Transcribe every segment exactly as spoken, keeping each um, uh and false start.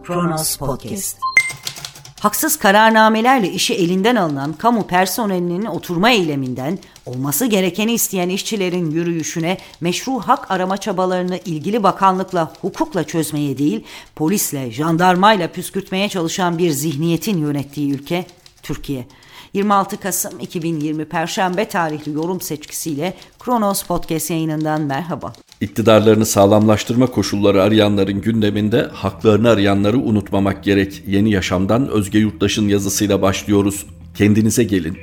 Kronos Podcast. Haksız kararnamelerle işi elinden alınan kamu personelinin oturma eyleminden, olması gerekeni isteyen işçilerin yürüyüşüne, meşru hak arama çabalarını ilgili bakanlıkla, hukukla çözmeye değil, polisle, jandarmayla püskürtmeye çalışan bir zihniyetin yönettiği ülke Türkiye. yirmi altı Kasım iki bin yirmi Perşembe tarihli yorum seçkisiyle Kronos Podcast yayınından merhaba. İktidarlarını sağlamlaştırma koşulları arayanların gündeminde haklarını arayanları unutmamak gerek. Yeni Yaşam'dan Özge Yurttaş'ın yazısıyla başlıyoruz. Kendinize gelin.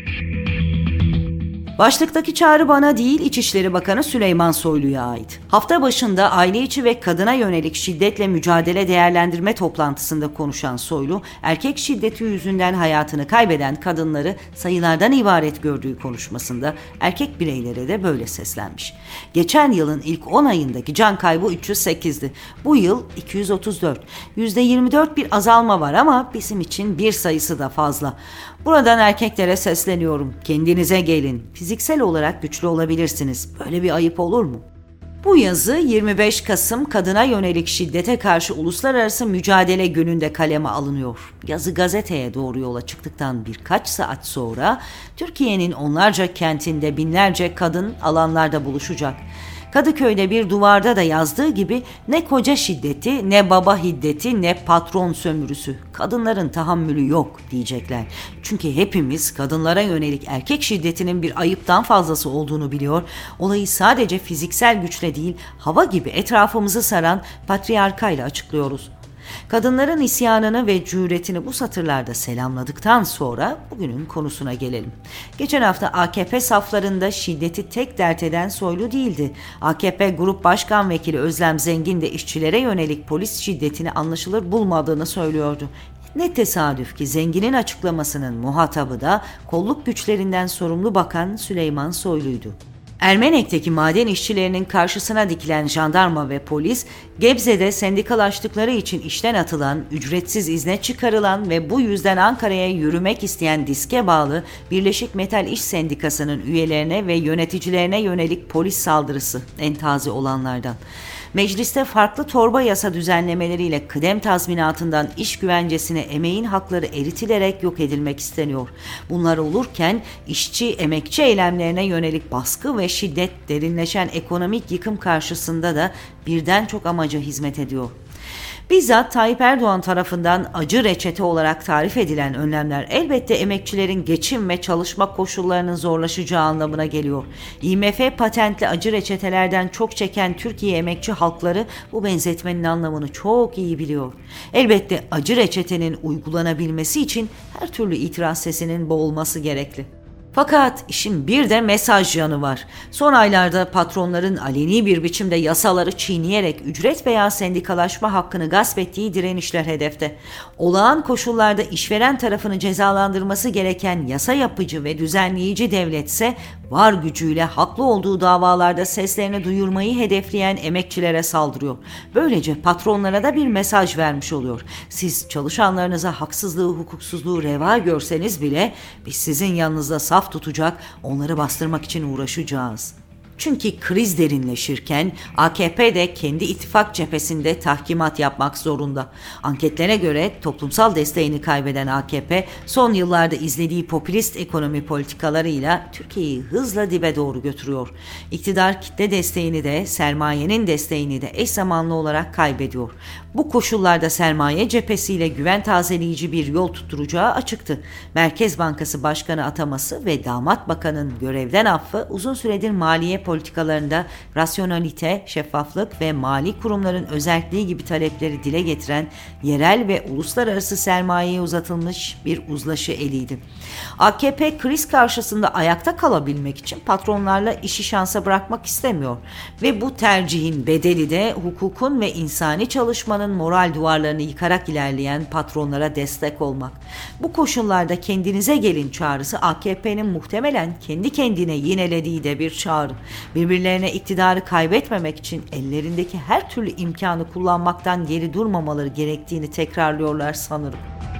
Başlıktaki çağrı bana değil, İçişleri Bakanı Süleyman Soylu'ya ait. Hafta başında aile içi ve kadına yönelik şiddetle mücadele değerlendirme toplantısında konuşan Soylu, erkek şiddeti yüzünden hayatını kaybeden kadınları sayılardan ibaret gördüğü konuşmasında erkek bireylere de böyle seslenmiş. Geçen yılın ilk on ayındaki can kaybı üç yüz sekizdi. Bu yıl iki yüz otuz dört. yüzde yirmi dört bir azalma var ama bizim için bir sayısı da fazla. Buradan erkeklere sesleniyorum. Kendinize gelin. Fiziksel olarak güçlü olabilirsiniz. Böyle bir ayıp olur mu? Bu yazı yirmi beş Kasım Kadına Yönelik Şiddete Karşı Uluslararası Mücadele Günü'nde kaleme alınıyor. Yazı gazeteye doğru yola çıktıktan birkaç saat sonra Türkiye'nin onlarca kentinde binlerce kadın alanlarda buluşacak. Kadıköy'de bir duvarda da yazdığı gibi ne koca şiddeti, ne baba hiddeti, ne patron sömürüsü. Kadınların tahammülü yok diyecekler. Çünkü hepimiz kadınlara yönelik erkek şiddetinin bir ayıptan fazlası olduğunu biliyor. Olayı sadece fiziksel güçle değil, hava gibi etrafımızı saran patriarkayla açıklıyoruz. Kadınların isyanını ve cüretini bu satırlarda selamladıktan sonra bugünün konusuna gelelim. Geçen hafta A K P saflarında şiddeti tek dert eden Soylu değildi. A K P Grup Başkan Vekili Özlem Zengin de işçilere yönelik polis şiddetini anlaşılır bulmadığını söylüyordu. Ne tesadüf ki Zengin'in açıklamasının muhatabı da kolluk güçlerinden sorumlu bakan Süleyman Soylu'ydu. Ermenek'teki maden işçilerinin karşısına dikilen jandarma ve polis, Gebze'de sendikalaştıkları için işten atılan, ücretsiz izne çıkarılan ve bu yüzden Ankara'ya yürümek isteyen diske bağlı Birleşik Metal İş Sendikası'nın üyelerine ve yöneticilerine yönelik polis saldırısı en taze olanlardan. Mecliste farklı torba yasa düzenlemeleriyle kıdem tazminatından iş güvencesine emeğin hakları eritilerek yok edilmek isteniyor. Bunlar olurken işçi, emekçi eylemlerine yönelik baskı ve şiddet derinleşen ekonomik yıkım karşısında da birden çok amaca hizmet ediyor. Bizzat Tayyip Erdoğan tarafından acı reçete olarak tarif edilen önlemler elbette emekçilerin geçim ve çalışma koşullarının zorlaşacağı anlamına geliyor. I M F patentli acı reçetelerden çok çeken Türkiye emekçi halkları bu benzetmenin anlamını çok iyi biliyor. Elbette acı reçetenin uygulanabilmesi için her türlü itiraz sesinin boğulması gerekli. Fakat işin bir de mesaj yanı var. Son aylarda patronların aleni bir biçimde yasaları çiğneyerek ücret veya sendikalaşma hakkını gasp ettiği direnişler hedefte. Olağan koşullarda işveren tarafını cezalandırması gereken yasa yapıcı ve düzenleyici devletse var gücüyle haklı olduğu davalarda seslerini duyurmayı hedefleyen emekçilere saldırıyor. Böylece patronlara da bir mesaj vermiş oluyor. Siz çalışanlarınıza haksızlığı, hukuksuzluğu reva görseniz bile biz sizin yanınızda saf tutacak, onları bastırmak için uğraşacağız. Çünkü kriz derinleşirken A K P de kendi ittifak cephesinde tahkimat yapmak zorunda. Anketlere göre toplumsal desteğini kaybeden A K P son yıllarda izlediği popülist ekonomi politikalarıyla Türkiye'yi hızla dibe doğru götürüyor. İktidar kitle desteğini de sermayenin desteğini de eş zamanlı olarak kaybediyor. Bu koşullarda sermaye cephesiyle güven tazeleyici bir yol tutturacağı açıktı. Merkez Bankası Başkanı ataması ve damat bakanın görevden affı uzun süredir maliye politikalarında rasyonalite, şeffaflık ve mali kurumların özelliği gibi talepleri dile getiren yerel ve uluslararası sermayeye uzatılmış bir uzlaşı eliydi. A K P kriz karşısında ayakta kalabilmek için patronlarla işi şansa bırakmak istemiyor ve bu tercihin bedeli de hukukun ve insani çalışmanın moral duvarlarını yıkarak ilerleyen patronlara destek olmak. Bu koşullarda kendinize gelin çağrısı A K P'nin muhtemelen kendi kendine yinelediği de bir çağrı. Birbirlerine iktidarı kaybetmemek için ellerindeki her türlü imkanı kullanmaktan geri durmamaları gerektiğini tekrarlıyorlar sanırım.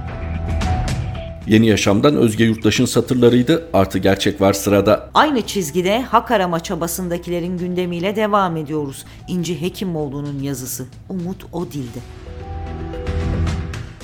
Yeni Yaşam'dan Özge Yurttaş'ın satırlarıydı. Artı gerçek var sırada. Aynı çizgide hak arama çabasındakilerin gündemiyle devam ediyoruz. İnci Hekimoğlu'nun yazısı. Umut o dilde.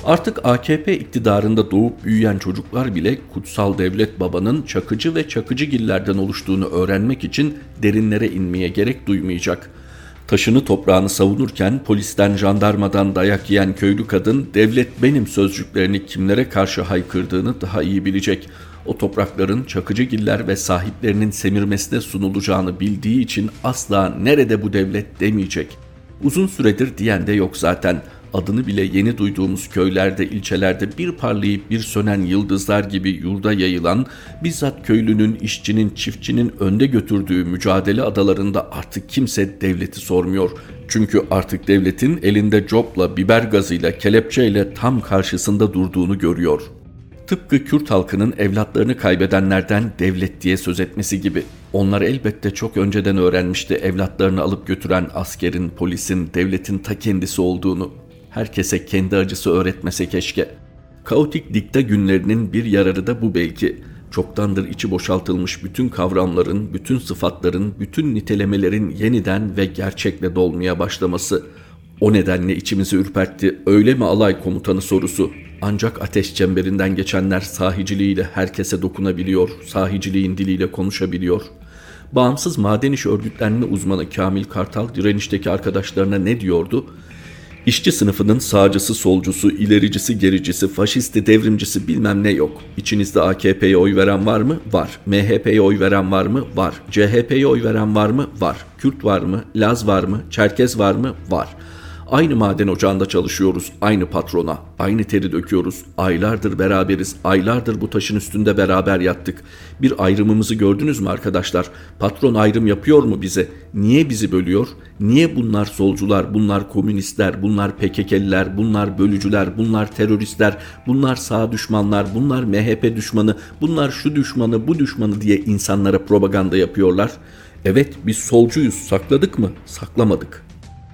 Artık A K P iktidarında doğup büyüyen çocuklar bile kutsal devlet babanın Çakıcı ve Çakıcıgillerden oluştuğunu öğrenmek için derinlere inmeye gerek duymayacak. Taşını toprağını savunurken polisten jandarmadan dayak yiyen köylü kadın devlet benim sözcüklerini kimlere karşı haykırdığını daha iyi bilecek. O toprakların Çakıcıgiller ve sahiplerinin semirmesine sunulacağını bildiği için asla nerede bu devlet demeyecek. Uzun süredir diyen de yok zaten. Adını bile yeni duyduğumuz köylerde, ilçelerde bir parlayıp bir sönen yıldızlar gibi yurda yayılan, bizzat köylünün, işçinin, çiftçinin önde götürdüğü mücadele adalarında artık kimse devleti sormuyor. Çünkü artık devletin elinde copla, biber gazıyla, kelepçeyle tam karşısında durduğunu görüyor. Tıpkı Kürt halkının evlatlarını kaybedenlerden devlet diye söz etmesi gibi. Onlar elbette çok önceden öğrenmişti evlatlarını alıp götüren askerin, polisin, devletin ta kendisi olduğunu. Herkese kendi acısı öğretmese keşke. Kaotik dikta günlerinin bir yararı da bu belki. Çoktandır içi boşaltılmış bütün kavramların, bütün sıfatların, bütün nitelemelerin yeniden ve gerçekle dolmaya başlaması. O nedenle içimizi ürpertti. Öyle mi alay komutanı sorusu? Ancak ateş çemberinden geçenler sahiciliğiyle herkese dokunabiliyor, sahiciliğin diliyle konuşabiliyor. Bağımsız maden iş örgütlenme uzmanı Kamil Kartal direnişteki arkadaşlarına ne diyordu? İşçi sınıfının sağcısı, solcusu, ilericisi, gericisi, faşisti, devrimcisi bilmem ne yok. İçinizde A K P'ye oy veren var mı? Var. M H P'ye oy veren var mı? Var. C H P'ye oy veren var mı? Var. Kürt var mı? Laz var mı? Çerkez var mı? Var. Aynı maden ocağında çalışıyoruz, aynı patrona, aynı teri döküyoruz, aylardır beraberiz, aylardır bu taşın üstünde beraber yattık. Bir ayrımımızı gördünüz mü arkadaşlar? Patron ayrım yapıyor mu bize? Niye bizi bölüyor? Niye bunlar solcular, bunlar komünistler, bunlar P K K'liler, bunlar bölücüler, bunlar teröristler, bunlar sağ düşmanlar, bunlar M H P düşmanı, bunlar şu düşmanı, bu düşmanı diye insanlara propaganda yapıyorlar? Evet, biz solcuyuz, sakladık mı? Saklamadık.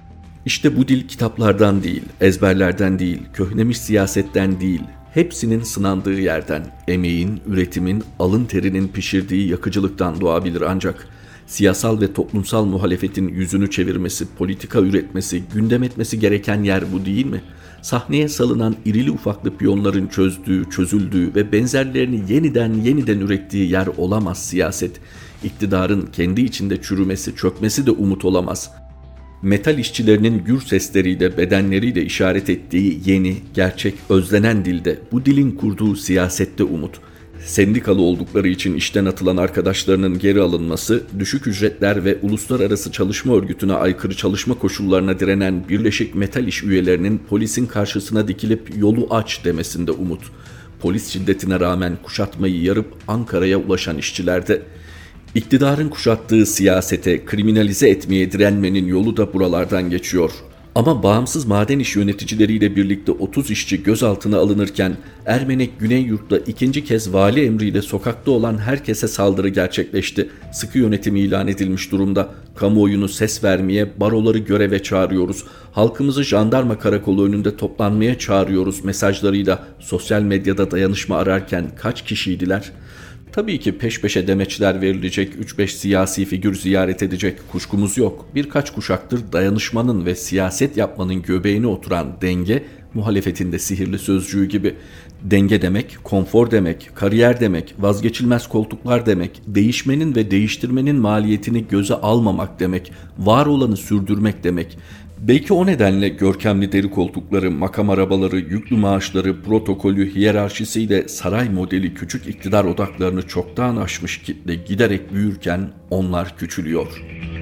İşte bu dil kitaplardan değil, ezberlerden değil, köhnemiş siyasetten değil, hepsinin sınandığı yerden, emeğin, üretimin, alın terinin pişirdiği yakıcılıktan doğabilir ancak. Siyasal ve toplumsal muhalefetin yüzünü çevirmesi, politika üretmesi, gündem etmesi gereken yer bu değil mi? Sahneye salınan irili ufaklı piyonların çözdüğü, çözüldüğü ve benzerlerini yeniden yeniden ürettiği yer olamaz siyaset. İktidarın kendi içinde çürümesi, çökmesi de umut olamaz. Metal işçilerinin gür sesleriyle, bedenleriyle işaret ettiği yeni, gerçek, özlenen dilde, bu dilin kurduğu siyasette umut. Sendikalı oldukları için işten atılan arkadaşlarının geri alınması, düşük ücretler ve uluslararası çalışma örgütüne aykırı çalışma koşullarına direnen Birleşik Metal İş üyelerinin polisin karşısına dikilip yolu aç demesinde umut. Polis şiddetine rağmen kuşatmayı yarıp Ankara'ya ulaşan işçilerde. İktidarın kuşattığı siyasete, kriminalize etmeye direnmenin yolu da buralardan geçiyor. Ama bağımsız maden iş yöneticileriyle birlikte otuz işçi gözaltına alınırken Ermenek Güneyyurt'ta ikinci kez vali emriyle sokakta olan herkese saldırı gerçekleşti. Sıkı yönetim ilan edilmiş durumda. Kamuoyunu ses vermeye, baroları göreve çağırıyoruz. Halkımızı jandarma karakolu önünde toplanmaya çağırıyoruz mesajlarıyla sosyal medyada dayanışma ararken kaç kişiydiler? Tabii ki peş peşe demeçler verilecek, üç beş siyasi figür ziyaret edecek, kuşkumuz yok. Birkaç kuşaktır dayanışmanın ve siyaset yapmanın göbeğine oturan denge, muhalefetin de sihirli sözcüğü gibi. Denge demek, konfor demek, kariyer demek, vazgeçilmez koltuklar demek, değişmenin ve değiştirmenin maliyetini göze almamak demek, var olanı sürdürmek demek. Belki o nedenle görkemli deri koltukları, makam arabaları, yüklü maaşları, protokolü, hiyerarşisiyle saray modeli küçük iktidar odaklarını çoktan aşmış kitle giderek büyürken onlar küçülüyor.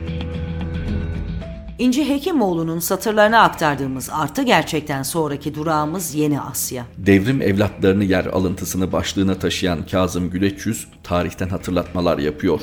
İnci Hekimoğlu'nun satırlarına aktardığımız Artı Gerçek'ten sonraki durağımız Yeni Asya. Devrim evlatlarını yer alıntısını başlığına taşıyan Kazım Güleçyüz tarihten hatırlatmalar yapıyor.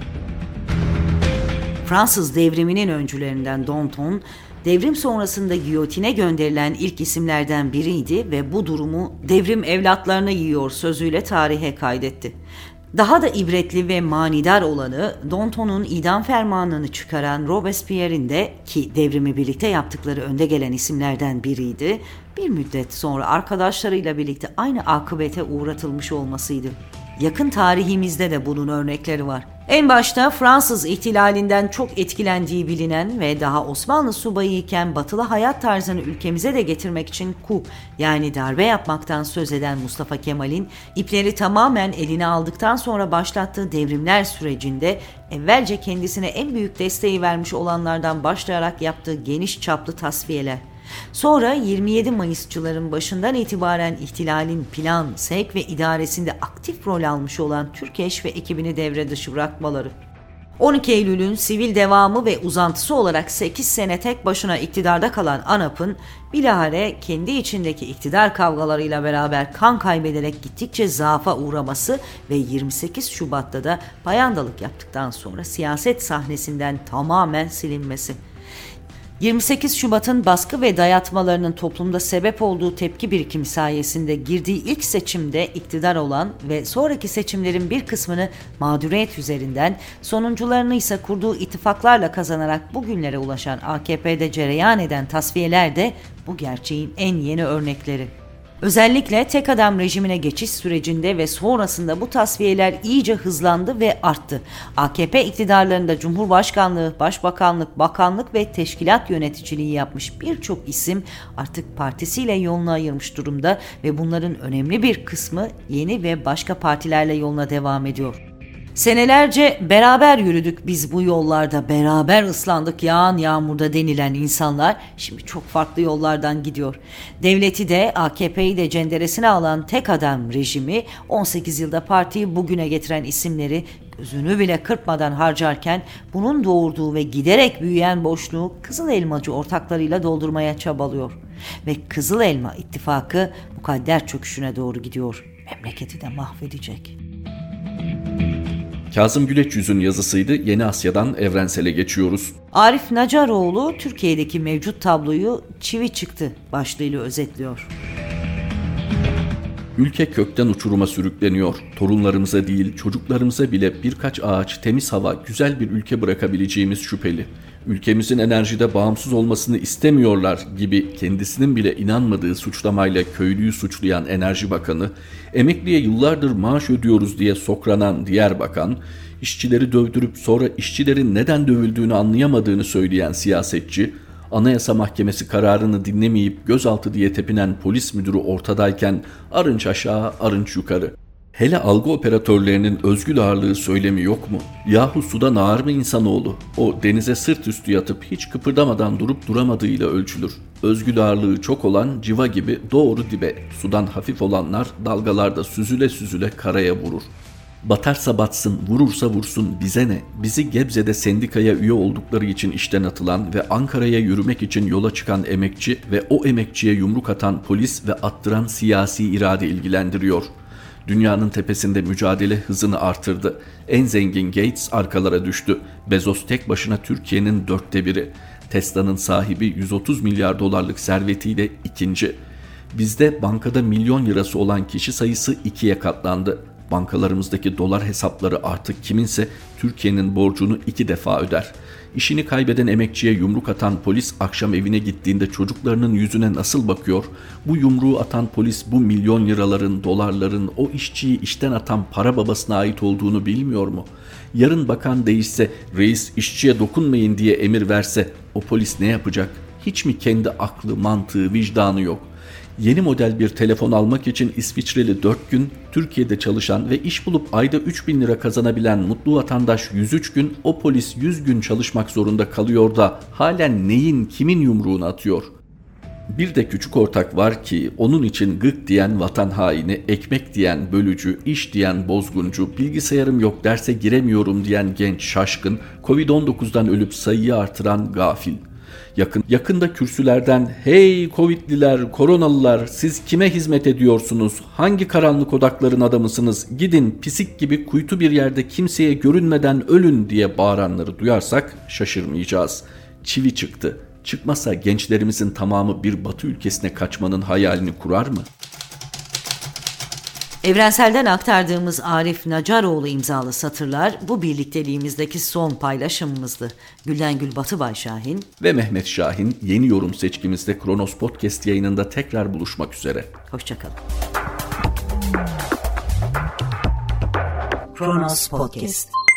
Fransız devriminin öncülerinden Danton, devrim sonrasında giyotine gönderilen ilk isimlerden biriydi ve bu durumu devrim evlatlarını yiyor sözüyle tarihe kaydetti. Daha da ibretli ve manidar olanı Danton'un idam fermanını çıkaran Robespierre'in de ki devrimi birlikte yaptıkları önde gelen isimlerden biriydi, bir müddet sonra arkadaşlarıyla birlikte aynı akıbete uğratılmış olmasıydı. Yakın tarihimizde de bunun örnekleri var. En başta Fransız ihtilalinden çok etkilendiği bilinen ve daha Osmanlı subayı iken batılı hayat tarzını ülkemize de getirmek için coup yani darbe yapmaktan söz eden Mustafa Kemal'in ipleri tamamen eline aldıktan sonra başlattığı devrimler sürecinde evvelce kendisine en büyük desteği vermiş olanlardan başlayarak yaptığı geniş çaplı tasfiyeler. Sonra yirmi yedi Mayısçıların başından itibaren ihtilalin plan, sevk ve idaresinde aktif rol almış olan Türkeş ve ekibini devre dışı bırakmaları. on iki Eylül'ün sivil devamı ve uzantısı olarak sekiz sene tek başına iktidarda kalan ANAP'ın bilahare kendi içindeki iktidar kavgalarıyla beraber kan kaybederek gittikçe zaafa uğraması ve yirmi sekiz Şubat'ta da payandalık yaptıktan sonra siyaset sahnesinden tamamen silinmesi. yirmi sekiz Şubat'ın baskı ve dayatmalarının toplumda sebep olduğu tepki birikimi sayesinde girdiği ilk seçimde iktidar olan ve sonraki seçimlerin bir kısmını mağduriyet üzerinden, sonuncularını ise kurduğu ittifaklarla kazanarak bugünlere ulaşan A K P'de cereyan eden tasfiyeler de bu gerçeğin en yeni örnekleri. Özellikle tek adam rejimine geçiş sürecinde ve sonrasında bu tasfiyeler iyice hızlandı ve arttı. A K P iktidarlarında Cumhurbaşkanlığı, Başbakanlık, Bakanlık ve teşkilat yöneticiliği yapmış birçok isim artık partisiyle yolunu ayırmış durumda ve bunların önemli bir kısmı yeni ve başka partilerle yoluna devam ediyor. Senelerce beraber yürüdük biz bu yollarda, beraber ıslandık yağan yağmurda denilen insanlar şimdi çok farklı yollardan gidiyor. Devleti de A K P'yi de cenderesine alan tek adam rejimi on sekiz yılda partiyi bugüne getiren isimleri gözünü bile kırpmadan harcarken bunun doğurduğu ve giderek büyüyen boşluğu Kızıl Elmacı ortaklarıyla doldurmaya çabalıyor. Ve Kızıl Elma ittifakı mukadder çöküşüne doğru gidiyor. Memleketi de mahvedecek. Kazım Güleç Yüz'ün yazısıydı. Yeni Asya'dan Evrensel'e geçiyoruz. Arif Nacaroğlu Türkiye'deki mevcut tabloyu çivi çıktı başlığıyla özetliyor. Ülke kökten uçuruma sürükleniyor. Torunlarımıza değil, çocuklarımıza bile birkaç ağaç, temiz hava, güzel bir ülke bırakabileceğimiz şüpheli. Ülkemizin enerjide bağımsız olmasını istemiyorlar gibi kendisinin bile inanmadığı suçlamayla köylüyü suçlayan Enerji Bakanı, emekliye yıllardır maaş ödüyoruz diye sokranan diğer bakan, işçileri dövdürüp sonra işçilerin neden dövüldüğünü anlayamadığını söyleyen siyasetçi, Anayasa Mahkemesi kararını dinlemeyip gözaltı diye tepinen polis müdürü ortadayken arınç aşağı arınç yukarı. Hele algı operatörlerinin özgül ağırlığı söylemi yok mu? Yahu sudan ağır mı insanoğlu? O denize sırt üstü yatıp hiç kıpırdamadan durup duramadığıyla ölçülür. Özgül ağırlığı çok olan civa gibi doğru dibe, sudan hafif olanlar dalgalarda süzüle süzüle karaya vurur. Batarsa batsın, vurursa vursun bize ne? Bizi Gebze'de sendikaya üye oldukları için işten atılan ve Ankara'ya yürümek için yola çıkan emekçi ve o emekçiye yumruk atan polis ve attıran siyasi irade ilgilendiriyor. Dünyanın tepesinde mücadele hızını artırdı. En zengin Gates arkalara düştü. Bezos tek başına Türkiye'nin dörtte biri. Tesla'nın sahibi yüz otuz milyar dolarlık servetiyle ikinci. Bizde bankada milyon lirası olan kişi sayısı ikiye katlandı. Bankalarımızdaki dolar hesapları artık kiminse Türkiye'nin borcunu iki defa öder. İşini kaybeden emekçiye yumruk atan polis akşam evine gittiğinde çocuklarının yüzüne nasıl bakıyor? Bu yumruğu atan polis bu milyon liraların, dolarların o işçiyi işten atan para babasına ait olduğunu bilmiyor mu? Yarın bakan değişse, reis işçiye dokunmayın diye emir verse o polis ne yapacak? Hiç mi kendi aklı, mantığı, vicdanı yok? Yeni model bir telefon almak için İsviçreli dört gün, Türkiye'de çalışan ve iş bulup ayda üç bin lira kazanabilen mutlu vatandaş yüz üç gün, o polis yüz gün çalışmak zorunda kalıyor da halen neyin kimin yumruğunu atıyor? Bir de küçük ortak var ki onun için gık diyen vatan haini, ekmek diyen bölücü, iş diyen bozguncu, bilgisayarım yok derse giremiyorum diyen genç şaşkın, kovid on dokuzdan ölüp sayıyı artıran gafil. Yakın, yakında kürsülerden hey Covid'liler, koronalılar siz kime hizmet ediyorsunuz, hangi karanlık odakların adamısınız, gidin pisik gibi kuytu bir yerde kimseye görünmeden ölün diye bağıranları duyarsak şaşırmayacağız. Çivi çıktı. Çıkmasa gençlerimizin tamamı bir batı ülkesine kaçmanın hayalini kurar mı? Evrensel'den aktardığımız Arif Nacaroğlu imzalı satırlar bu birlikteliğimizdeki son paylaşımımızdı. Gülden Gül Batıbay Şahin ve Mehmet Şahin yeni yorum seçkimizde Kronos Podcast yayınında tekrar buluşmak üzere. Hoşçakalın. Kronos Podcast.